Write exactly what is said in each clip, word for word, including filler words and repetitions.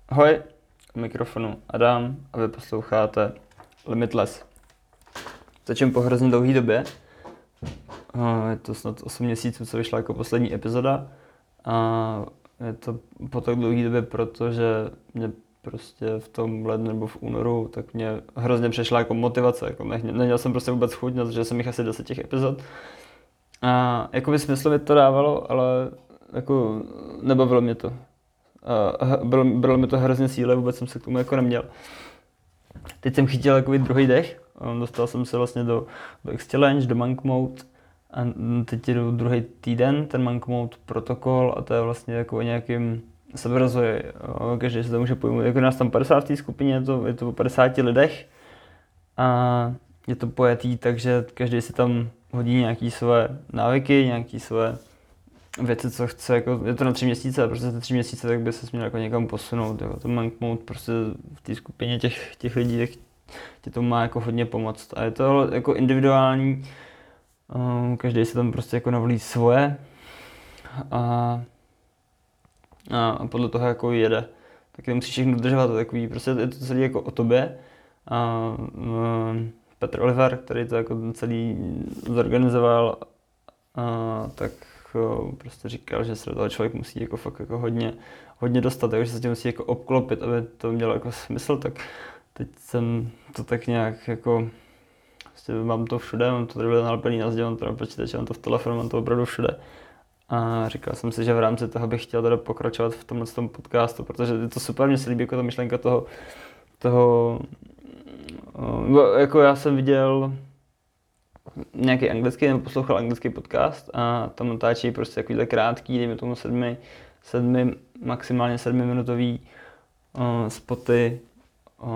Ahoj, u mikrofonu Adam a vy posloucháte Limitless. Začím po hrozně dlouhé době. Je to snad osm měsíců, co vyšla jako poslední epizoda. A je to po tak dlouhé době, protože mě prostě v tom lednu nebo v únoru tak mě hrozně přešla jako motivace. Jako neměl jsem prostě vůbec chuť, protože jsem jich asi deset těch epizod. A jako by smysl mi to dávalo, ale jako nebavilo mě to. Uh, bylo, bylo mi to hrozně síle, vůbec jsem se k tomu jako neměl. Teď jsem chytil takový druhý dech, dostal jsem se vlastně do, do X-Challenge, do Monk Mode a teď jdu druhý týden, ten Monk Mode protokol a to je vlastně jako o nějakým seberozvoji. Každý se to může pojmout, jako nás tam padesát v té skupině, je to, je to o padesáti lidech a je to pojetý, takže každý si tam hodí nějaký své návyky, nějaký své věci, co chce, jako, je to na tři měsíce, a prostě ty tři měsíce tak by se měl jako někam posunout, jako, to Monk Mode prostě v té skupině těch, těch lidí, tak ti to má jako hodně pomoct a je to jako individuální, um, každý si tam prostě jako navolí svoje a, a podle toho jako jede, tak musíš všechno dodržovat, takový, prostě je to celý jako o tobě a um, Petr Oliver, který to jako celý zorganizoval, a, tak prostě říkal, že se do toho člověk musí jako fakt jako hodně, hodně dostat, takže se tím musí jako obklopit, aby to mělo jako smysl, tak teď jsem to tak nějak jako, prostě mám to všude, mám to tady nalepený na zdi, mám to na počítači, mám to v telefonu, mám to opravdu všude. A říkal jsem si, že v rámci toho bych chtěl teda pokračovat v tomhle tom podcastu, protože je to super, mně se líbí jako ta myšlenka toho, toho, jako já jsem viděl nějaký anglický, nebo poslouchal anglický podcast a tam natáčí prostě takovýhle krátký, dejme tomu sedmi, sedmi, maximálně sedmiminutový uh, spoty uh,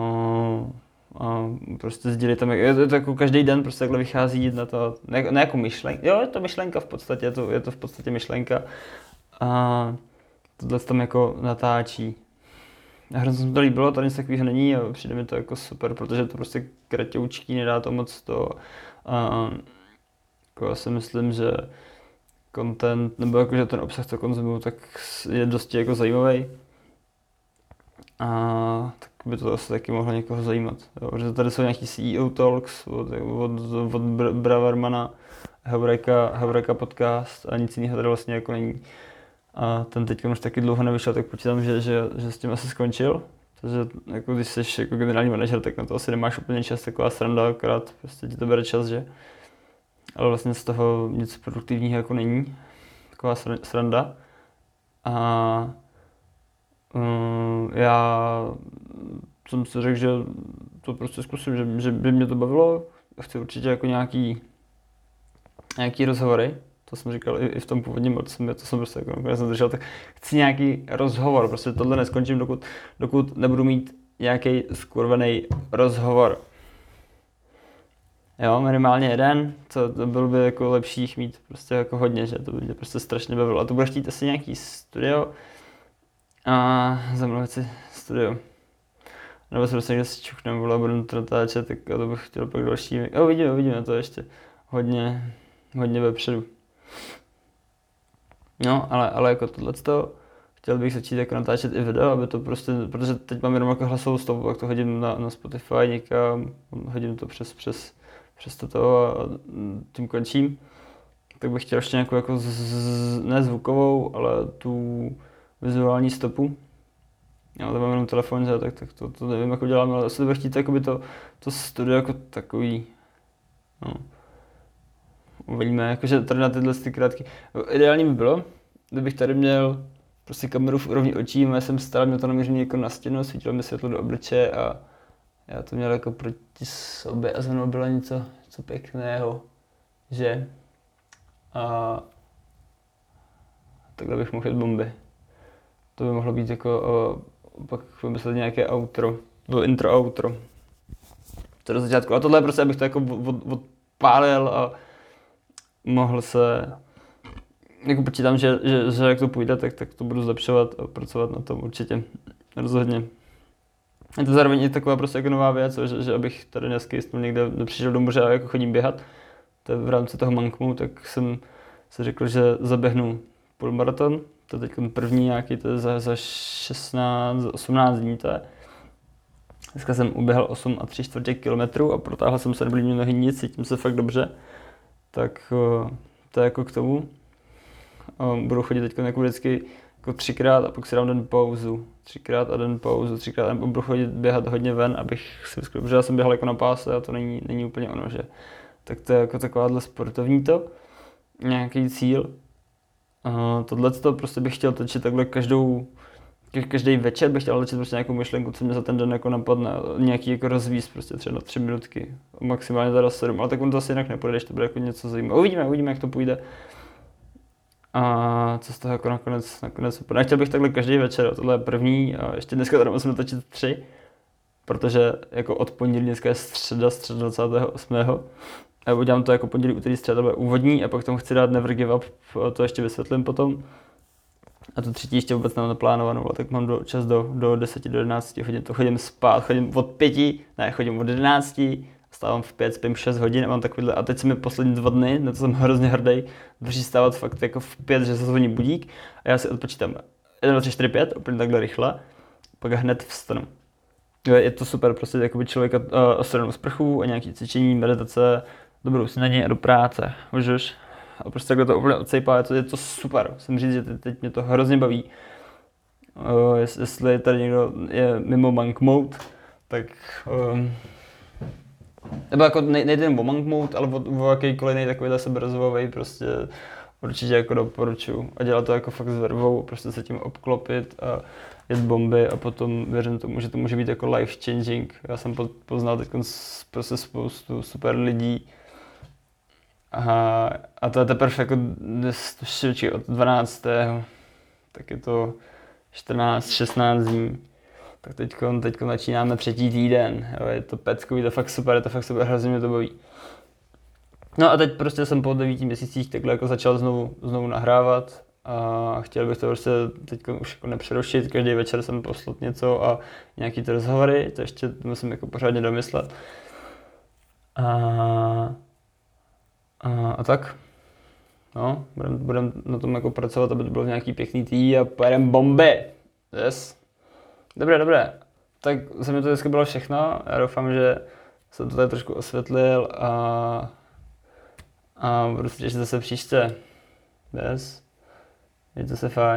a prostě sdílí tam, je to jako každý den prostě takhle vychází na to, ne, ne jako myšlenka, jo je to myšlenka v podstatě, je to, je to v podstatě myšlenka a tohle tam jako natáčí. A hrozně se mi to líbilo, tady nic takového není a přijde mi to jako super, protože to prostě kratoučký, nedá to moc to. A jako já si myslím, že content, nebo jako, že ten obsah, co konzumuju, tak je dosti jako zajímavý. A tak by to asi taky mohlo někoho zajímat. Jo, protože tady jsou nějaký C E O Talks od, od, od Bravermana, Heureka, Heureka podcast a nic jiného tady vlastně jako není. A ten teď už taky dlouho nevyšel, tak počítám, že, že, že s tím asi skončil. Takže jako když jsi jako generální manažer, tak na to asi nemáš úplně čas, taková sranda, akorát prostě ti to bere čas, že? Ale vlastně z toho nic produktivního jako není, taková sranda. A um, já jsem si řekl, že to prostě zkusím, že, že by mě to bavilo. Chci určitě jako nějaký, nějaký rozhovory. To jsem říkal i, i v tom původním, to jsem, to jsem prostě jako, když jsem držel, tak chci nějaký rozhovor, prostě tohle neskončím, dokud, dokud nebudu mít nějaký skurvený rozhovor. Jo, minimálně jeden, co to bylo by jako lepší jich mít prostě jako hodně, že to by mě prostě strašně bavilo. A to bude chtít asi nějaký studio a zamluvit si studio. Nebo se prostě někde si čuchnem, vole, budu to natáčet, tak to bych chtěl pak další. Jo, uvidíme, uvidíme, to ještě hodně, hodně vepředu. No, ale, ale jako tohleto, chtěl bych začít jako natáčet i video, aby to prostě, protože teď mám jenom jako hlasovou stopu, jak to hodím na, na Spotify někam, hodím to přes, přes, přes toto a tím končím. Tak bych chtěl ještě nějakou jako, z, z, ne zvukovou, ale tu vizuální stopu. Já tam mám jenom telefon, že, tak, tak to, to nevím, jak udělám, ale asi bych chtít jakoby to, to studio jako takový, no. Uvidíme, jakože tady na tyhle ty krátky. Ideální by bylo, kdybych tady měl prostě kameru v úrovni očí, já jsem stál, měl to namířený jako na stěnu, svítilo mi světlo do obličeje a já to měl jako proti sobě a za mnou bylo něco, něco pěkného, že? A takhle bych mohl jít bomby. To by mohlo být jako, o, pak vymyslet nějaké outro, nebo intro outro. To do začátku, a tohle je prostě, abych to jako od, odpálil a mohl se, jako počítám, že, že, že jak to půjde, tak, tak to budu zlepšovat a pracovat na tom určitě, rozhodně. Je to zároveň i taková prostě jako nová věc, že, že abych tady dneska jistě někde nepřišel do moře a jako chodím běhat, to je v rámci toho Monk Mode, tak jsem si řekl, že zaběhnu půlmaraton, To teď první nějaký, to je za, za šestnáct, osmnáct dní to je. Dneska jsem uběhal osm a tři čtvrtě kilometrů a protáhl jsem se, nebyly mě nohy nic, cítím se fakt dobře. Tak to je jako k tomu. Budu chodit teď jako vždycky jako třikrát a pak si dám den pauzu. Třikrát a den pauzu, třikrát a budu chodit běhat hodně ven, abych si vyzkoušel, protože já jsem běhal jako na páse a to není, není úplně ono, že. Tak to je jako takováhle sportovní to, nějaký cíl. Uh, tohle to prostě bych chtěl točit takhle každou, každý večer bych chtěl točit prostě nějakou myšlenku, co mě za ten den jako napadne, nějaký jako rozvíst prostě třeba na tři minutky, maximálně teda sedm, ale tak on to asi jinak nepůjde, když to bude jako něco zajímavého. Uvidíme, uvidíme, jak to půjde. A co z toho jako nakonec, nakonec úplně. Nechtěl bych takhle každý večer, tohle je první a ještě dneska teda musím natočit tři, protože jako od pondělí dneska je středa, středa dvacátého osmého A udělám to jako pondělí, úterý, středa, to bude úvodní a pak tomu chci dát Never Give Up, to ještě vysvětlím potom. A tu třetí ještě vůbec nemám naplánovanou, ale tak mám do, čas do, do deseti, do jedenácti hodin, to chodím spát, chodím od pěti, ne, chodím od jedenácti, stávám v pět, spím šest hodin a mám takovýhle, a teď se mi poslední dva dny, na to jsem hrozně hrdý, drží stávat fakt jako v pět, že se zvoní budík a já si odpočítám jedna, dva, tři, čtyři, pět, úplně takhle rychle, pak hned vstanu. Je to super, prostě jakoby člověka uh, ostranou sprchu a nějaké cvičení, meditace, dobrou snídaní a do práce, můžeš. A prostě takhle to úplně odsejpá, je to, je to super, musím říct, že teď mě to hrozně baví. Uh, jestli tady někdo je mimo monk mode, tak um, nebo jako nejde jen o monk mode, ale o, o jakýkoliv nej takovýhle seberozvojový prostě určitě jako doporučuji. A dělat to jako fakt s vervou, prostě se tím obklopit a jet bomby a potom věřím tomu, že to může být jako life changing. Já jsem poznal teď prostě spoustu super lidí. Aha, a to je teprve jako od dvanáctého tak je to čtrnáct šestnáct dní. Tak teďko, teďko začínáme třetí týden, jo, je to peckový, to je fakt super, je to fakt super, hrozně mě to baví. No a teď prostě jsem po devíti měsících takhle jako začal znovu, znovu nahrávat a chtěl bych to prostě teďko už jako nepřerušit, každý večer jsem poslat něco a nějaký ty rozhovory, to ještě musím jako pořádně domyslet. A, a, a tak, no, budeme budem na tom jako pracovat, aby to bylo nějaký pěkný tý a pojedeme bomby, yes. Dobré, dobré, tak za mě to dneska bylo všechno, já doufám, že jsem to tady trošku osvětlil a, a budu se těšit zase příště, yes, mějte se fajn.